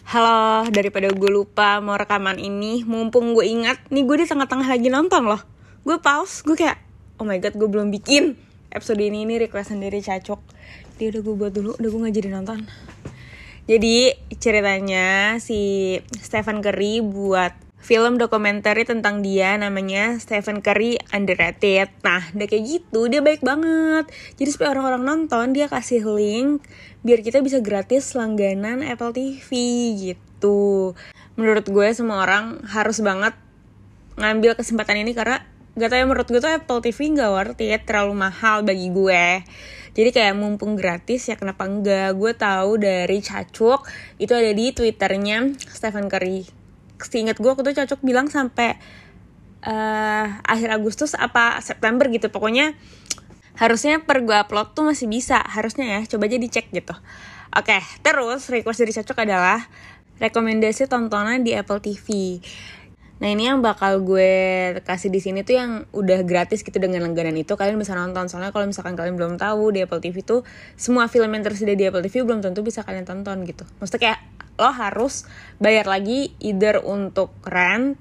Halo, daripada gue lupa mau rekaman ini, mumpung gue ingat, nih gue di tengah-tengah lagi nonton loh. Gue pause, gue kayak, oh my god, gue belum bikin episode ini request sendiri Cacok. Dia udah gue buat dulu, udah gue gak jadi nonton. Jadi ceritanya si Stephen Curry buat film dokumenter tentang dia, namanya Stephen Curry Underrated. Nah, udah kayak gitu, dia baik banget. Jadi supaya orang-orang nonton, dia kasih link biar kita bisa gratis langganan Apple TV gitu. Menurut gue semua orang harus banget ngambil kesempatan ini karena gak tau ya, menurut gue tuh Apple TV gak worth it, terlalu mahal bagi gue. Jadi kayak mumpung gratis ya kenapa enggak. Gue tahu dari Cacuk itu ada di Twitternya Stephen Curry. Seingat gue waktu itu Cacuk bilang sampai akhir Agustus apa September gitu. Pokoknya harusnya per gue upload tuh masih bisa. Harusnya ya, coba aja dicek gitu. Oke, terus request dari Cacuk adalah rekomendasi tontonan di Apple TV. Nah ini yang bakal gue kasih di sini tuh yang udah gratis gitu dengan langganan itu kalian bisa nonton. Soalnya kalau misalkan kalian belum tahu di Apple TV tuh semua film yang tersedia di Apple TV belum tentu bisa kalian tonton gitu. Maksudnya kayak lo harus bayar lagi either untuk rent,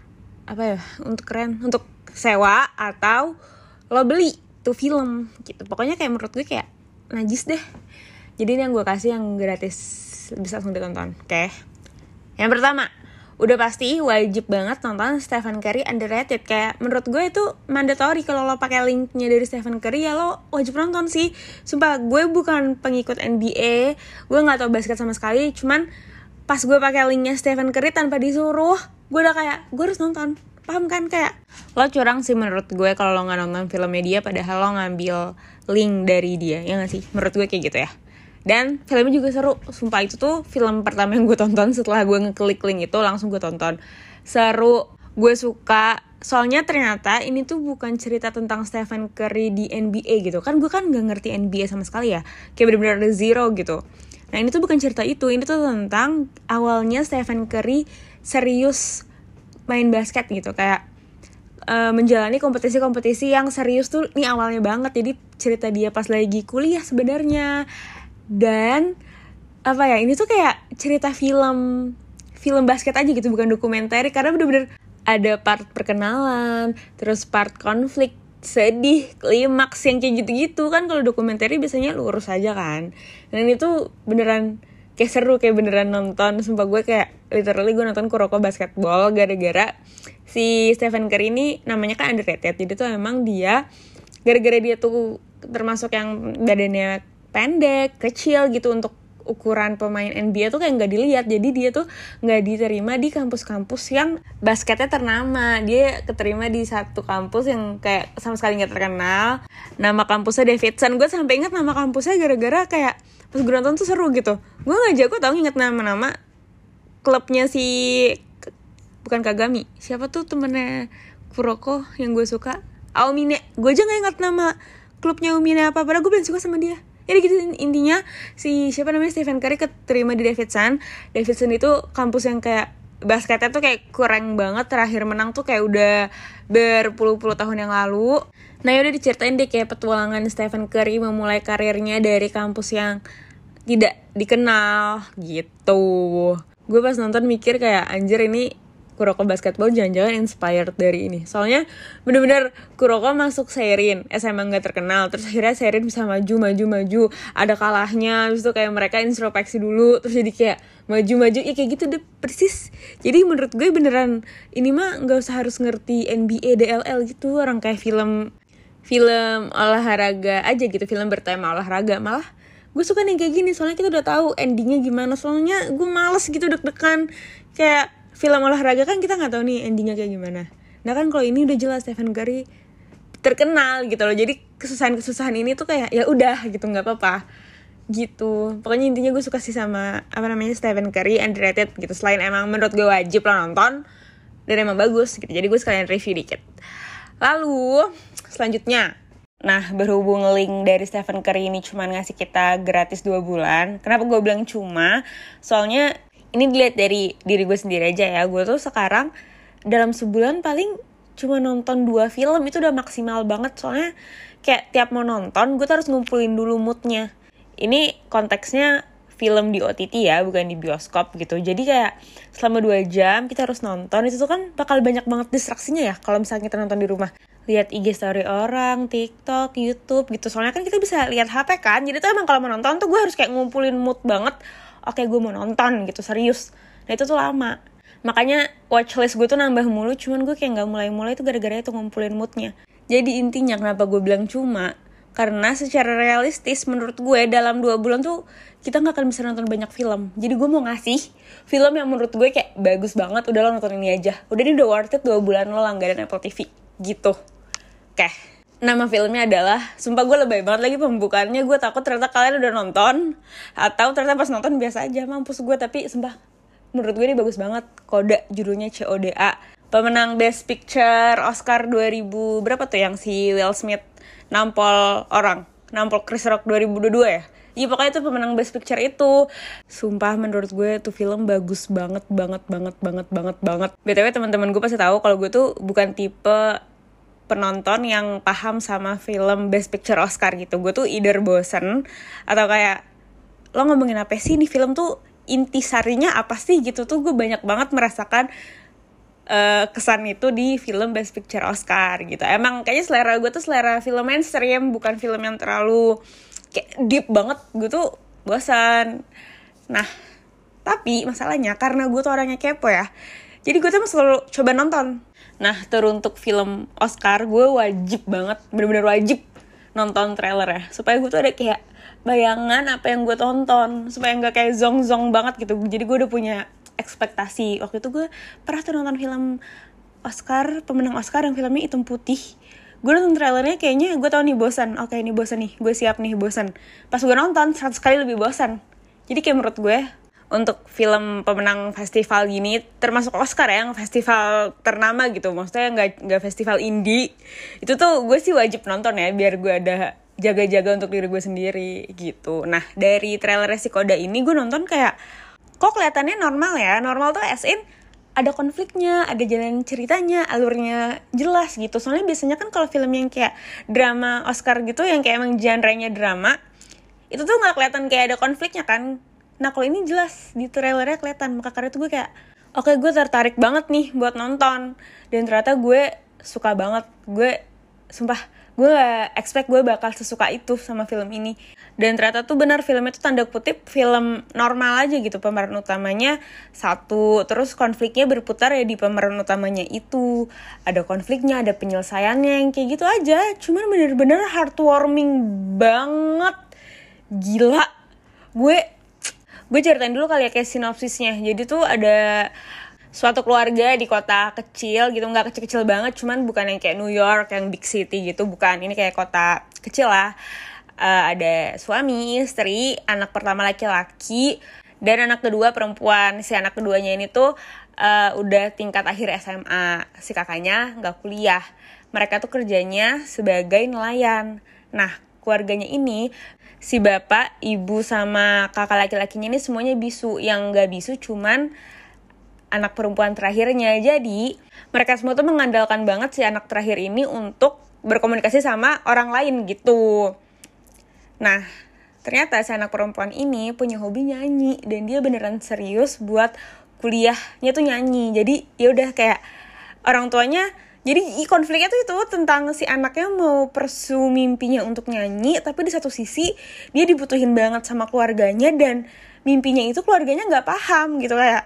untuk sewa atau lo beli tuh film gitu. Pokoknya kayak menurut gue kayak najis deh. Jadi ini yang gue kasih yang gratis bisa langsung ditonton. Oke. Yang pertama, udah pasti wajib banget nonton Stephen Curry Underrated. Kayak menurut gue itu mandatory kalau lo pakai linknya dari Stephen Curry ya lo wajib nonton sih. Sumpah gue bukan pengikut NBA, gue nggak tahu basket sama sekali. Cuman pas gue pakai linknya Stephen Curry tanpa disuruh, gue udah kayak gue harus nonton. Paham kan? Kayak lo curang sih menurut gue kalau lo nggak nonton filmnya dia padahal lo ngambil link dari dia, ya nggak sih? Menurut gue kayak gitu ya. Dan filmnya juga seru. Sumpah itu tuh film pertama yang gue tonton setelah gue ngeklik link itu langsung gue tonton. Seru, gue suka. Soalnya ternyata ini tuh bukan cerita tentang Stephen Curry di NBA gitu. Kan gue kan gak ngerti NBA sama sekali ya. Kayak bener-bener ada zero gitu. Nah ini tuh bukan cerita itu. Ini tuh tentang awalnya Stephen Curry serius main basket gitu. Kayak menjalani kompetisi-kompetisi yang serius tuh ini awalnya banget. Jadi cerita dia pas lagi kuliah sebenarnya. Dan ini tuh kayak cerita film basket aja gitu, bukan dokumenter. Karena bener-bener ada part perkenalan, terus part konflik, sedih, klimaks yang kayak gitu-gitu. Kan kalau dokumenter biasanya lurus aja kan. Dan itu beneran kayak seru, kayak beneran nonton. Sumpah gue kayak literally gue nonton Kuroko Basketball gara-gara si Stephen Curry ini namanya kan underrated. Jadi tuh emang dia gara-gara dia tuh termasuk yang badannya pendek, kecil gitu untuk ukuran pemain NBA tuh kayak nggak dilihat. Jadi dia tuh nggak diterima di kampus-kampus yang basketnya ternama. Dia keterima di satu kampus yang kayak sama sekali nggak terkenal. Nama kampusnya Davidson. Gue sampai ingat nama kampusnya gara-gara kayak pas gue nonton tuh seru gitu. Gue nggak jago tau inget nama-nama klubnya si bukan Kagami. Siapa tuh temennya Kuroko yang gue suka? Aomine. Gue aja nggak ingat nama klubnya Aomine apa. Padahal gue paling suka sama dia. Jadi gitu intinya si Stephen Curry keterima di Davidson. Davidson itu kampus yang kayak basketnya tuh kayak kurang banget. Terakhir menang tuh kayak udah berpuluh-puluh tahun yang lalu. Nah yaudah diceritain deh kayak petualangan Stephen Curry memulai karirnya dari kampus yang tidak dikenal gitu. Gue pas nonton mikir kayak anjir ini Kuroko Basketball jangan-jangan inspired dari ini. Soalnya bener-bener Kuroko masuk Seirin, SMA gak terkenal. Terus akhirnya Seirin bisa maju. Ada kalahnya, terus tuh kayak mereka introspeksi dulu. Terus jadi kayak maju-maju, ya kayak gitu deh persis. Jadi menurut gue beneran ini mah gak usah harus ngerti NBA, DLL gitu. Orang kayak film olahraga aja gitu, film bertema olahraga. Malah gue suka nih kayak gini, soalnya kita udah tahu endingnya gimana. Soalnya gue males gitu deg-degan kayak film olahraga kan kita nggak tahu nih endingnya kayak gimana. Nah kan kalau ini udah jelas Stephen Curry terkenal gitu loh. Jadi kesusahan ini tuh kayak ya udah gitu, nggak apa-apa gitu. Pokoknya intinya gue suka sih sama Stephen Curry Underrated gitu. Selain emang menurut gue wajib lo nonton dan emang bagus gitu. Jadi gue sekalian review dikit. Lalu selanjutnya, nah berhubung link dari Stephen Curry ini cuma ngasih kita gratis 2 bulan. Kenapa gue bilang cuma? Soalnya ini dilihat dari diri gue sendiri aja ya. Gue tuh sekarang dalam sebulan paling cuma nonton 2 film. Itu udah maksimal banget. Soalnya kayak tiap mau nonton gue tuh harus ngumpulin dulu moodnya. Ini konteksnya film di OTT ya, bukan di bioskop gitu. Jadi kayak selama 2 jam kita harus nonton, itu tuh kan bakal banyak banget distraksinya ya kalau misalnya kita nonton di rumah. Lihat IG story orang, TikTok, YouTube gitu. Soalnya kan kita bisa lihat HP kan. Jadi tuh emang kalau mau nonton tuh gue harus kayak ngumpulin mood banget. Oke, gue mau nonton gitu, serius. Nah itu tuh lama. Makanya watchlist gue tuh nambah mulu, cuman gue kayak gak mulai-mulai tuh gara-gara itu ngumpulin moodnya. Jadi intinya kenapa gue bilang cuma, karena secara realistis menurut gue dalam 2 bulan tuh kita gak akan bisa nonton banyak film. Jadi gue mau ngasih film yang menurut gue kayak bagus banget, udah lo nonton ini aja. Udah ini udah worth it 2 bulan lo langganan Apple TV gitu. Oke, nama filmnya adalah, sumpah gue lebay banget lagi pembukaannya. Gue takut ternyata kalian udah nonton, atau ternyata pas nonton biasa aja, mampus gue. Tapi sumpah menurut gue ini bagus banget. Coda, judulnya CODA. Pemenang Best Picture Oscar 2000 berapa tuh yang si Will Smith nampol Chris Rock 2022 ya. Iya pokoknya itu pemenang Best Picture itu. Sumpah menurut gue tuh film bagus banget. BTW teman-teman gue pasti tahu kalau gue tuh bukan tipe penonton yang paham sama film Best Picture Oscar gitu. Gue tuh either bosen atau kayak lo ngomongin apa sih nih film tuh intisarinya apa sih gitu. Tuh gue banyak banget merasakan kesan itu di film Best Picture Oscar gitu. Emang kayaknya selera gue tuh selera film mainstream, bukan film yang terlalu kayak deep banget. Gue tuh bosan. Nah tapi masalahnya karena gue tuh orangnya kepo ya, jadi gue tuh selalu coba nonton. Nah teruntuk film Oscar gue wajib banget, bener-bener wajib nonton trailer ya, supaya gue tuh ada kayak bayangan apa yang gue tonton, supaya gak kayak zong-zong banget gitu. Jadi gue udah punya ekspektasi. Waktu itu gue pernah tuh nonton film Oscar, pemenang Oscar yang filmnya hitam putih. Gue nonton trailernya kayaknya gue tau nih bosan. Oke ini bosan nih, gue siap nih bosan. Pas gue nonton 100 kali lebih bosan. Jadi kayak menurut gue untuk film pemenang festival gini, termasuk Oscar ya, yang festival ternama gitu, maksudnya nggak festival indie, itu tuh gue sih wajib nonton ya, biar gue ada jaga-jaga untuk diri gue sendiri gitu. Nah dari trailer si Coda ini gue nonton kayak, kok kelihatannya normal ya. Normal tuh as in ada konfliknya, ada jalan ceritanya, alurnya jelas gitu. Soalnya biasanya kan kalau film yang kayak drama Oscar gitu, yang kayak emang genre-nya drama, itu tuh gak kelihatan kayak ada konfliknya kan. Nah kalau ini jelas di trailernya kelihatan. Maka karena itu gue kayak, oke, gue tertarik banget nih buat nonton. Dan ternyata gue suka banget. Gue sumpah, gue gak expect gue bakal sesuka itu sama film ini. Dan ternyata tuh benar filmnya tuh tanda kutip film normal aja gitu. Pemeran utamanya satu, terus konfliknya berputar ya di pemeran utamanya itu. Ada konfliknya, ada penyelesaiannya yang kayak gitu aja. Cuman bener-bener heartwarming banget. Gila. Gue ceritain dulu kali ya kayak sinopsisnya. Jadi tuh ada suatu keluarga di kota kecil gitu, nggak kecil-kecil banget, cuman bukan yang kayak New York yang big city gitu, bukan. Ini kayak kota kecil lah. Ada suami, istri, anak pertama laki-laki, dan anak kedua perempuan. Si anak keduanya ini tuh udah tingkat akhir SMA. Si kakaknya nggak kuliah. Mereka tuh kerjanya sebagai nelayan. Nah keluarganya ini, si bapak, ibu, sama kakak laki-lakinya ini semuanya bisu. Yang nggak bisu cuman anak perempuan terakhirnya. Jadi mereka semua tuh mengandalkan banget si anak terakhir ini untuk berkomunikasi sama orang lain gitu. Nah ternyata si anak perempuan ini punya hobi nyanyi, dan dia beneran serius buat kuliahnya tuh nyanyi. Jadi ya udah kayak orang tuanya, jadi konfliknya tuh itu tentang si anaknya mau pursue mimpinya untuk nyanyi, tapi di satu sisi dia dibutuhin banget sama keluarganya, dan mimpinya itu keluarganya nggak paham gitu. Kayak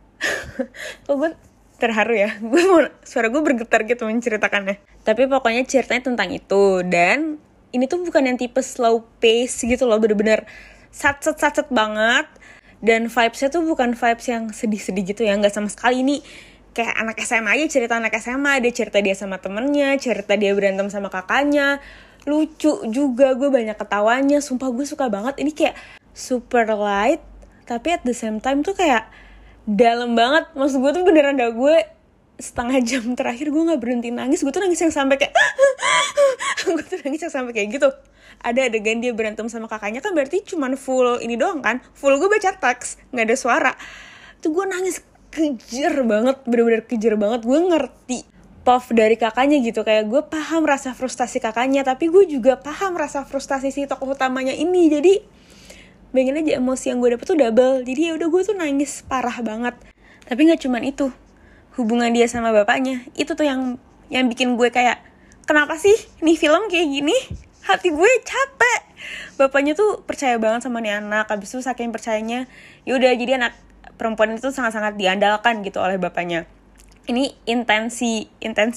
kok gue terharu ya, suara gue bergetar gitu menceritakannya. Tapi pokoknya ceritanya tentang itu. Dan ini tuh bukan yang tipe slow pace gitu loh, bener-bener sat-set banget. Dan vibes-nya tuh bukan vibes yang sedih-sedih gitu ya, nggak sama sekali. Ini kayak anak SMA aja, cerita anak SMA. Dia cerita dia sama temennya, cerita dia berantem sama kakaknya, lucu juga, gue banyak ketawanya. Sumpah gue suka banget. Ini kayak super light, tapi at the same time tuh kayak dalam banget. Maksud gue tuh beneran ada gue setengah jam terakhir gue gak berhenti nangis. Gue tuh nangis yang sampai kayak gue tuh nangis yang sampai kayak gitu. Ada adegan dia berantem sama kakaknya, kan berarti cuman full ini doang kan, full gue baca teks, gak ada suara. Tuh gue nangis kejer banget, bener-bener kejer banget. Gue ngerti puff dari kakaknya gitu, kayak gue paham rasa frustasi kakaknya, tapi gue juga paham rasa frustasi si tokoh utamanya ini. Jadi bayangin aja emosi yang gue dapet tuh double. Jadi ya udah gue tuh nangis parah banget. Tapi nggak cuman itu, hubungan dia sama bapaknya itu tuh yang bikin gue kayak, kenapa sih nih film kayak gini? Hati gue capek. Bapaknya tuh percaya banget sama nih anak. Abis itu saking percayanya, yaudah jadi anak perempuan itu sangat-sangat diandalkan gitu oleh bapaknya. Ini intensi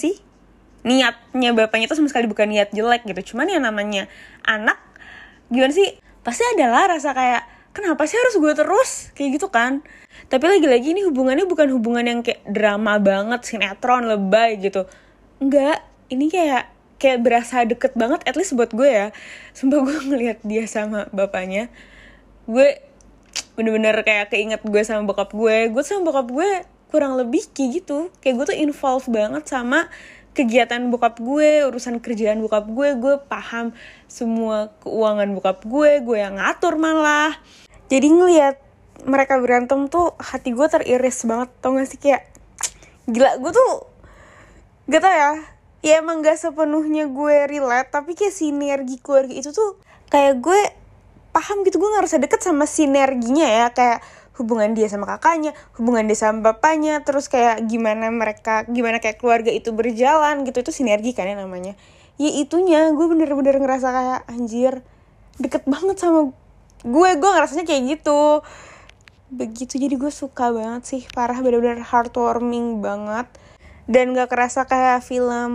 niatnya bapaknya itu sama sekali bukan niat jelek gitu. Cuman yang namanya anak, gimana sih, pasti adalah rasa kayak, kenapa sih harus gue terus kayak gitu kan. Tapi lagi-lagi ini hubungannya bukan hubungan yang kayak drama banget, sinetron, lebay gitu. Enggak, ini kayak berasa deket banget, at least buat gue ya. Sumpah gue ngelihat dia sama bapaknya, gue bener-bener kayak keinget gue sama bokap gue sama bokap gue kurang lebih kayak gitu. Kayak gue tuh involve banget sama kegiatan bokap gue, urusan kerjaan bokap gue paham semua keuangan bokap gue yang ngatur malah. Jadi ngelihat mereka berantem tuh hati gue teriris banget, tau gak sih, kayak gila. Gue tuh gak tau ya emang gak sepenuhnya gue relate, tapi kayak sinergi keluarga itu tuh kayak gue paham gitu. Gue ngerasa deket sama sinerginya ya, kayak hubungan dia sama kakaknya, hubungan dia sama bapaknya, terus kayak gimana kayak keluarga itu berjalan gitu. Itu sinergi kan ya namanya. Ya itunya gue bener-bener ngerasa kayak anjir deket banget sama gue ngerasanya kayak gitu. Begitu, jadi gue suka banget sih, parah, bener-bener heartwarming banget. Dan gak kerasa kayak film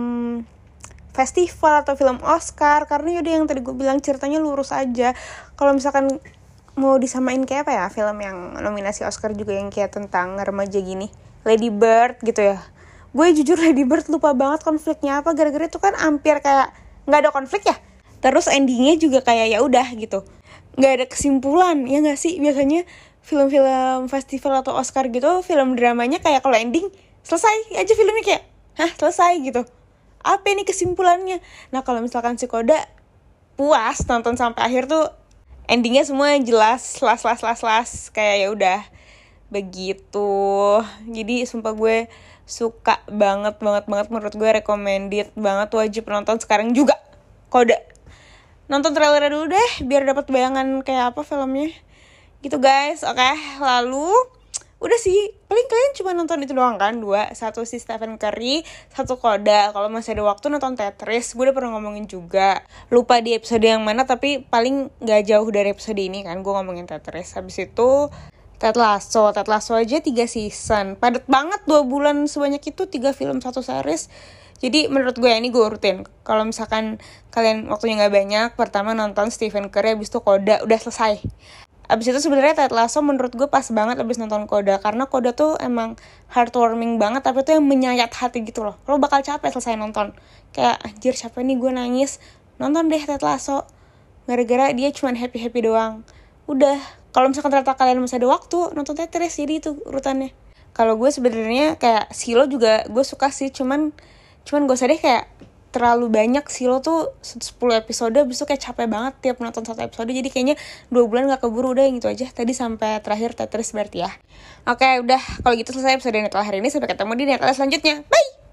festival atau film Oscar, karena yaudah yang tadi gue bilang ceritanya lurus aja. Kalau misalkan mau disamain kayak apa ya, film yang nominasi Oscar juga yang kayak tentang remaja gini, Lady Bird gitu ya. Gue jujur Lady Bird lupa banget konfliknya apa, gara-gara itu kan hampir kayak nggak ada konflik ya. Terus endingnya juga kayak ya udah gitu, nggak ada kesimpulan ya nggak sih. Biasanya film-film festival atau Oscar gitu, film dramanya kayak kalau ending selesai aja filmnya, kayak selesai gitu, apa ini kesimpulannya. Nah kalau misalkan si Koda puas nonton sampai akhir tuh, endingnya semua jelas, las kayak ya udah begitu. Jadi sumpah gue suka banget. Menurut gue recommended banget, wajib nonton sekarang juga. Koda, nonton trailernya dulu deh biar dapat bayangan kayak apa filmnya gitu guys. Oke, lalu udah sih, paling kalian cuma nonton itu doang kan, 2, 1 si Stephen Curry, 1 Koda. Kalau masih ada waktu nonton Tetris, gue udah pernah ngomongin juga, lupa di episode yang mana, tapi paling gak jauh dari episode ini kan gue ngomongin Tetris. Habis itu Ted Lasso aja 3 season, padet banget 2 bulan sebanyak itu, 3 film 1 series. Jadi menurut gue ini gue urutin, kalau misalkan kalian waktunya gak banyak, pertama nonton Stephen Curry, habis itu Koda, udah selesai. Abis itu sebenarnya Ted Lasso menurut gue pas banget abis nonton Koda, karena Koda tuh emang heartwarming banget, tapi tuh yang menyayat hati gitu loh. Lo bakal capek selesai nonton, kayak anjir capek nih gue nangis. Nonton deh Ted Lasso, gara-gara dia cuman happy doang. Udah, kalau misalkan ternyata kalian masih ada waktu, nonton Tetris. Jadi itu urutannya. Kalau gue sebenarnya kayak Silo juga gue suka sih, cuman gak usah deh, kayak terlalu banyak. Silo tuh 10 episode, abis itu kayak capek banget tiap nonton 1 episode. Jadi kayaknya 2 bulan gak keburu, udah yang gitu aja. Tadi sampai terakhir Tetris berarti ya. Oke, udah, kalau gitu selesai episode Netel hari ini. Sampai ketemu di Netel selanjutnya. Bye!